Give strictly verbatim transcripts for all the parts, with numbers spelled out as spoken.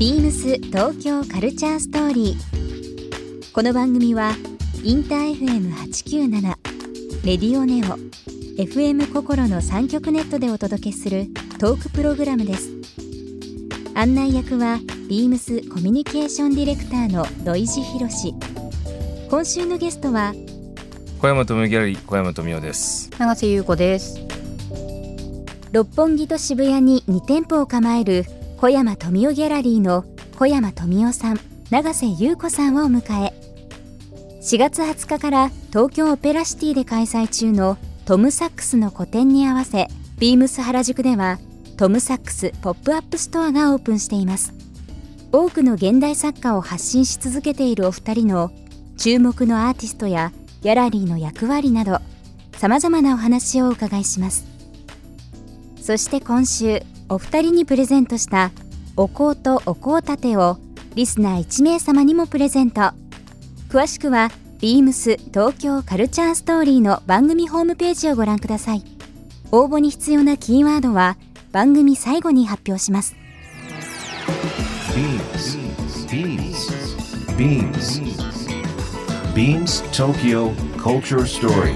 ビームス東京カルチャーストーリー。この番組はインター エフエムはちきゅうなな、レディオネオ、エフエム 心のさん局ネットでお届けするトークプログラムです。案内役はビームスコミュニケーションディレクターの土井博志。今週のゲストは小山富美ギャラリー小山富美です。 永瀬優子です。 六本木と渋谷にに店舗を構える小山富美ギャラリーの小山富美さん、永瀬優子さんをお迎え、しがつはつかから東京オペラシティで開催中のトムサックスの個展に合わせ、ビームス原宿ではトムサックスポップアップストアがオープンしています。多くの現代作家を発信し続けているお二人の注目のアーティストやギャラリーの役割など、さまざまなお話をお伺いします。そして今週お二人にプレゼントしたお香とお香立てをリスナーいち名様にもプレゼント。詳しくはビームス東京カルチャーストーリーの番組ホームページをご覧ください。応募に必要なキーワードは番組最後に発表します。 ビームス ビームス ビームス ビームス Tokyo Culture Story。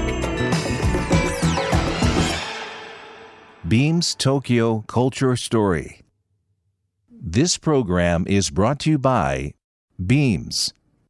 Beams Tokyo Culture Story. This program is brought to you by Beams。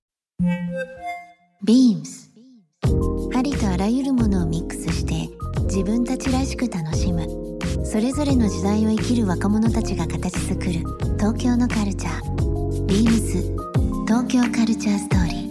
ビームス、 ありとあらゆるものをミックスして自分たちらしく楽しむ、それぞれの時代を生きる若者たちが形作る東京のカルチャー。ビームス東京カルチャーストーリー。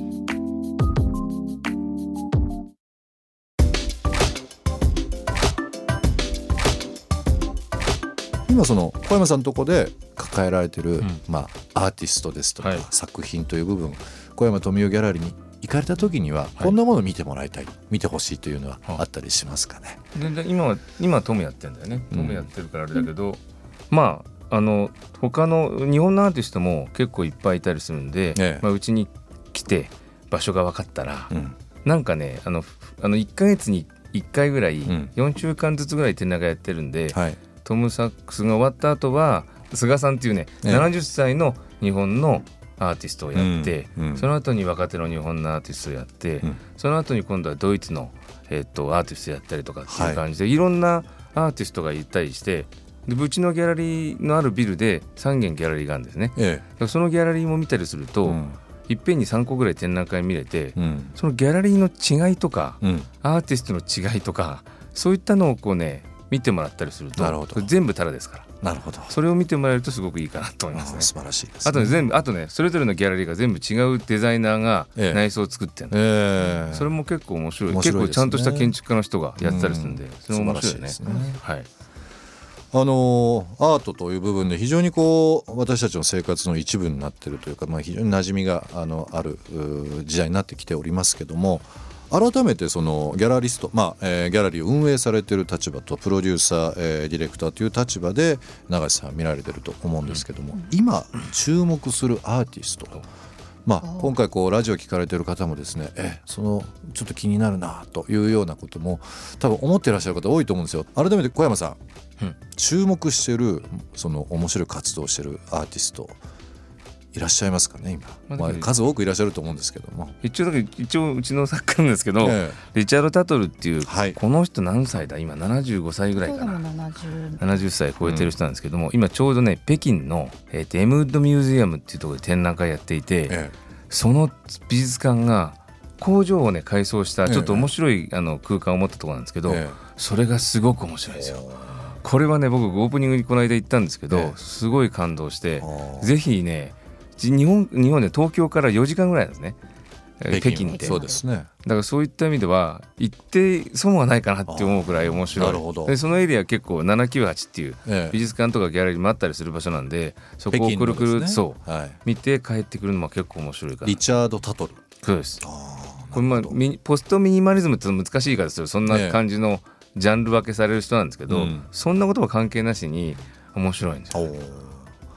今その小山さんのとこで抱えられてる、うんまあ、アーティストですとか、はい、作品という部分、小山富美ギャラリーに行かれた時には、はい、こんなものを見てもらいたい、見てほしいというのはあったりしますかね。 で今は今トムやってるんだよね。トムやってるからあれだけど、うん、まああの他の日本のアーティストも結構いっぱいいたりするんで、ええまあ、うちに来て場所が分かったら、うん、なんかねあのあのいっかげつにいっかいぐらい、うん、よんしゅうかんずつぐらい展覧会やってるんで、はい、トムサックスが終わった後は菅さんっていうね、ええ、ななじゅっさいの日本のアーティストをやって、うんうん、その後に若手の日本のアーティストをやって、うん、その後に今度はドイツの、えー、とアーティストやったりとかっていう感じで、はい、いろんなアーティストがいたりして、でうちのギャラリーのあるビルでさんげんギャラリーがあるんですね、ええ、だからそのギャラリーも見たりすると、うん、いっぺんにさんこぐらい展覧会見れて、うん、そのギャラリーの違いとか、うん、アーティストの違いとか、そういったのをこうね見てもらったりすると、これ全部タダですから。なるほど。それを見てもらえるとすごくいいかなと思いますね。 素晴らしいですね。 あとね、全部あとねそれぞれのギャラリーが全部違うデザイナーが内装を作ってるの、ええ、それも結構面白い。面白いですね。結構ちゃんとした建築家の人がやってたりするんで、それも面白いね。素晴らしいですね。はい。 あのアートという部分で非常にこう私たちの生活の一部になっているというか、まあ、非常に馴染みが あのある時代になってきておりますけども、改めてそのギャラリスト、まあえー、ギャラリーを運営されている立場とプロデューサー、えー、ディレクターという立場で永瀬さん見られていると思うんですけども、うん、今注目するアーティスト、まあ、今回こうラジオ聞かれている方もですね、えそのちょっと気になるなというようなことも多分思っていらっしゃる方多いと思うんですよ。改めて小山さん、うん、注目しているその面白い活動をしているアーティストいらっしゃいますかね今、まあ、数多くいらっしゃると思うんですけども、 一応だけ一応うちの作家なんですけど、ええ、リチャード・タトルっていう、はい、この人何歳だ今ななじゅうごさいぐらいかな、ななじゅっさい超えてる人なんですけども、うん、今ちょうどね北京の、えー、とエムウッドミュージアムっていうところで展覧会やっていて、ええ、その美術館が工場をね改装したちょっと面白い、ええ、あの空間を持ったところなんですけど、ええ、それがすごく面白いですよ。これはね僕オープニングにこの間行ったんですけど、ええ、すごい感動して、ぜひね日本、日本で東京からよじかんぐらいなんですね、北京って。 そうですね。 だからそういった意味では行って損はないかなって思うくらい面白い。なるほど。でそのエリア結構ななきゅうはちっていう美術館とかギャラリーもあったりする場所なんで、そこをくるくる、ね、そう、はい、見て帰ってくるのも結構面白いから。 リチャード・タトル。 そうです。これまあポストミニマリズムって難しいからですよ。そんな感じのジャンル分けされる人なんですけど、うん、そんなことは関係なしに面白いんですよ。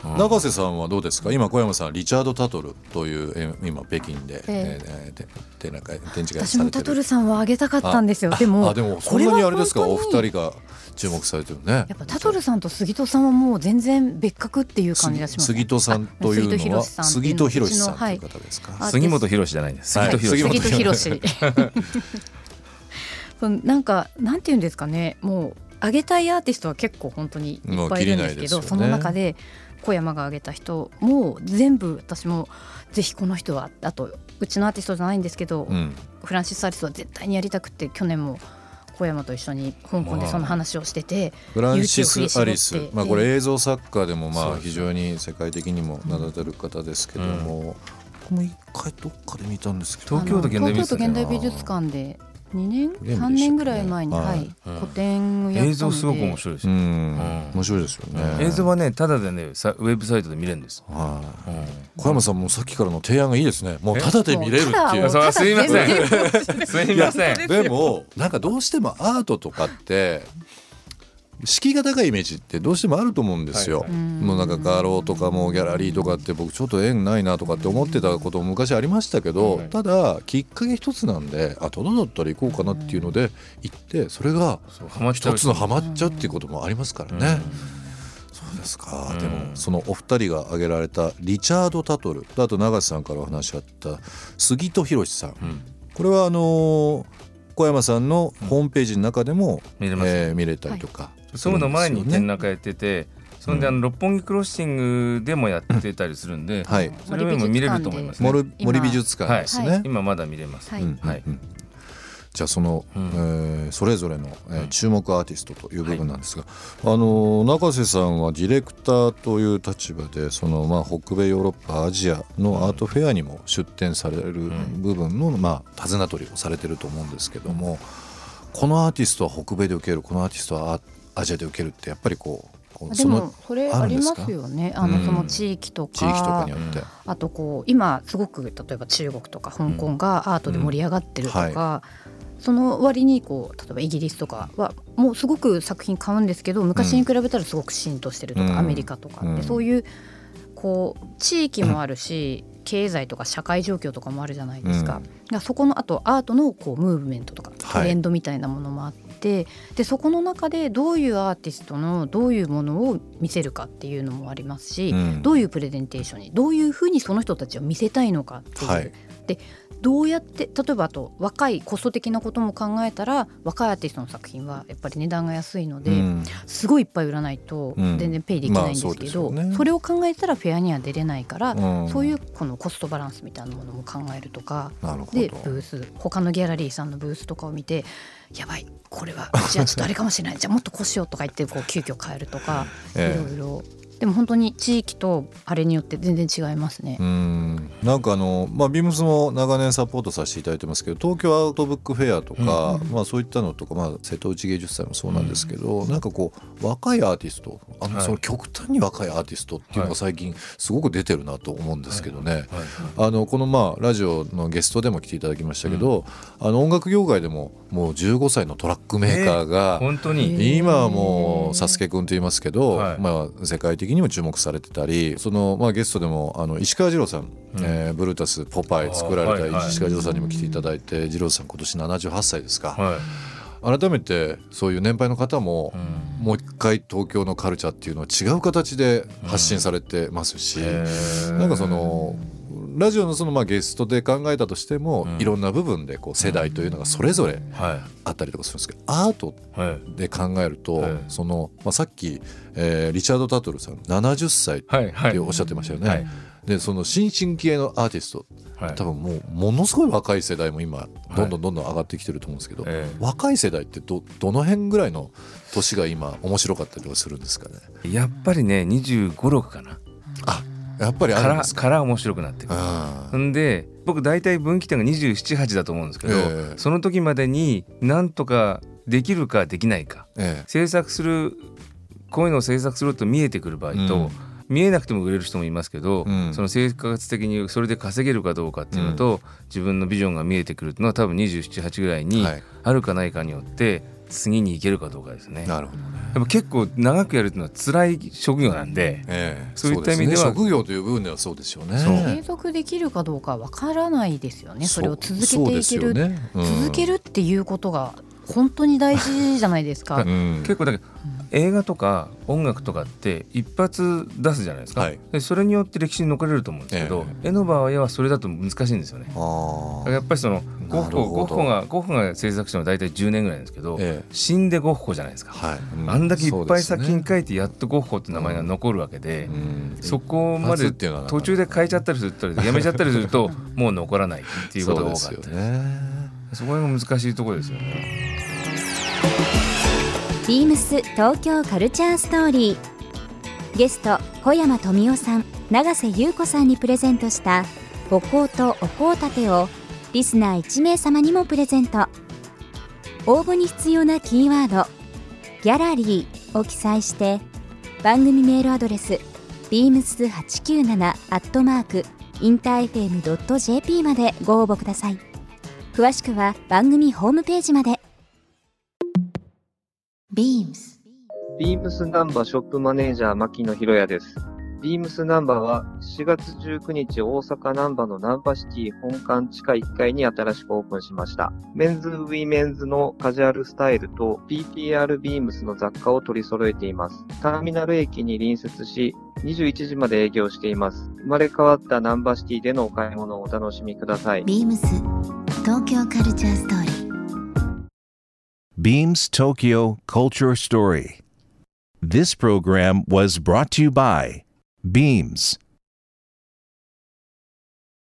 永瀬さんはどうですか。今小山さんリチャード・タトルという今北京で、えーえー、展覧会展示会されてる。 私もタトルさんをあげたかったんですよ。でもあでもそんなにあれですか。お二人が注目されてるね。 やっぱタトルさんと杉戸さんはもう全然別格っていう感じがします、ね、 杉戸さんというのは杉戸博さんという方ですか。 はい、杉本博じゃないんです。 杉戸博杉なんかなんていうんですかね、もう上げたいアーティストは結構本当にいっぱいいるんですけど、その中で小山が挙げた人も全部私もぜひこの人は、あとうちのアーティストじゃないんですけど、うん、フランシス・アリスは絶対にやりたくて、去年も小山と一緒に香港でその話をしてて、まあ、 フランシス・アリス、まあ、これ映像作家でもまあ非常に世界的にも名だたる方ですけども、うん、僕も一回どっかで見たんですけど、 東京都現代美術館でにねんさんねんぐらい前に、はい、個展をやったので、 映像すごく面白いですよ、うん、 面白いですよね。 映像はねただでねウェブサイトで見れるんです。 はい、うん、小山さんもさっきからの提案がいいですね。もうただで見れるっていう。 すいませんすいません。 でもなんかどうしてもアートとかって敷居が高いイメージってどうしてもあると思うんですよ、はいはい、もうなんか画廊とかもギャラリーとかって僕ちょっと縁ないなとかって思ってたことも昔ありましたけど、はい、ただきっかけ一つなんで、あ、ただだったら行こうかなっていうので行って、それが一つのハマっちゃうっていうこともありますからね。そうですか。でもそのお二人が挙げられたリチャード・タトル、あと永瀬さんからお話あった杉戸博さん、うん、これはあのー、小山さんのホームページの中でも、うん、見れます、えー、見れたりとか、はい、 そういうの前に展覧会やってて、それであの六本木クロッシングでもやってたりするんで、うん、はい、それも見れると思いますね。 森美術館ですね、 はい、今まだ見れます、はい、うんはい、 じゃあその、うん、えー、それぞれの、えー、注目アーティストという部分なんですが、はい、あの中瀬さんはディレクターという立場でその、まあ、北米ヨーロッパアジアのアートフェアにも出展される部分の、まあ、尋ね取りをされてると思うんですけども、うん、このアーティストは北米で受ける、このアーティストはアジアで受けるってやっぱりこうでもそれありますよね。あのその地域とか、 地域とかによって、 あとこう今すごく例えば中国とか香港がアートで盛り上がってるとか、うんはい、その割にこう例えばイギリスとかはもうすごく作品買うんですけど、昔に比べたらすごく浸透してるとか、うん、アメリカとかって、うん、そういうこう地域もあるし、うん、経済とか社会状況とかもあるじゃないですか、うん、そこのあとアートのこうムーブメントとかトレンドみたいなものもあって、はい、でそこの中でどういうアーティストのどういうものを見せるかっていうのもありますし、うん、どういうプレゼンテーションにどういうふうにその人たちを見せたいのかっていう、はい、でどうやって例えばあと若いコスト的なことも考えたら若いアーティストの作品はやっぱり値段が安いので、うん、すごいいっぱい売らないと全然ペイできないんですけど、うんまあ そ, ね、それを考えたらフェアには出れないから、うん、そういうこのコストバランスみたいなものも考えるとかで、ブース他のギャラリーさんのブースとかを見て、やばいこれはじゃあちょっとあれかもしれないじゃあもっとこうしようとか言ってこう急遽変えるとか、ええ、いろいろでも本当に地域とあれによって全然違いますね。 うん、なんかあの、まあ、ビームスも長年サポートさせていただいてますけど、東京アートブックフェアとか、うんまあ、そういったのとか、まあ、瀬戸内芸術祭もそうなんですけど、うん、なんかこう若いアーティスト、あの、はい、その極端に若いアーティストっていうのが最近すごく出てるなと思うんですけどね、はいはいはい、あのこのまあラジオのゲストでも来ていただきましたけど、うん、あの音楽業界でももうじゅうごさいのトラックメーカーが、 えー、本当に今はもうサスケ君と言いますけど、はいまあ、世界的にも注目されてたり、その、まあ、ゲストでもあの石川二郎さん、うんえー、ブルータスポパイ作られた石川二郎さんにも来ていただいて、はいはい、二郎さん今年ななじゅうはっさいですか、はい、改めてそういう年配の方も、うん、もう一回東京のカルチャーっていうのは違う形で発信されてますし、うん、なんかそのラジオのそのまあゲストで考えたとしても、うん、いろんな部分でこう世代というのがそれぞれあったりとかするんですけど、アートで考えると、はいそのまあ、さっき、えー、リチャード・タトルさんななじゅっさいっておっしゃってましたよね、はいはい、でその新進気鋭のアーティスト、はい、多分もうものすごい若い世代も今どんどんどんどん上がってきてると思うんですけど、はい若い世代って ど, どの辺ぐらいの年が今面白かったりとかするんですかね。 やっぱりねにじゅうご、ろくかな。 あやっぱりあるんですか。 から面白くなってくる。んで僕大体分岐点がにじゅうなな、はちだと思うんですけど、えー、その時までになんとかできるかできないか、えー、制作するこういうのを制作すると見えてくる場合と、うん、見えなくても売れる人もいますけど、うん、その生活的にそれで稼げるかどうかっていうのと、うん、自分のビジョンが見えてくるのは多分にじゅうなな、はちぐらいにあるかないかによって次に行けるかどうかですね。 なるほどね。 でも結構長くやるっていうのは辛い職業なんで、えー、そういった意味では、 そうですね、職業という部分ではそうですよね。 継続できるかどうかわからないですよね。それを続けていける、 ね、うん、 続けるっていうことが本当に大事じゃないですか。 うん、結構だけど、うん、映画とか音楽とかって一発出すじゃないですか、はい、でそれによって歴史に残れると思うんですけど、えー、絵の場合はそれだと難しいんですよね。あ、だからやっぱりそのゴッホ、ゴッホがゴッホが制作したのは大体じゅうねんぐらいなんですけど、えー、死んでゴッホじゃないですか、はい、うん、あんだけいっぱい作品書いてやっとゴッホって名前が残るわけで、うん、そこまで途中で変えちゃったりするとやめちゃったりするともう残らないっていうことが多かったです。そうですよね。そこが難しいところですよね。 ビームス東京カルチャーストーリー、ゲスト小山富夫さん、永瀬優子さんにプレゼントしたお香とお香立てをリスナーいち名様にもプレゼント。応募に必要なキーワードギャラリーを記載して番組メールアドレス ビームスはちきゅうなな アットマーク インターエフエム ドット ジェーピー までご応募ください。詳しくは番組ホームページまで。 ビームスビームス ナンバショップマネージャー牧野博也です。ビームス ナンバはしがつじゅうくにち大阪ナンバのナンバシティ本館地下いっかいに新しくオープンしました。メンズウィメンズのカジュアルスタイルと ピーティーアール ビームスの雑貨を取り揃えています。ターミナル駅に隣接しにじゅういちじまで営業しています。生まれ変わったナンバシティでのお買い物をお楽しみください。 ビームス東京カルチャーストーリー。 Beams Tokyo Culture Story. This program was brought to you by Beams.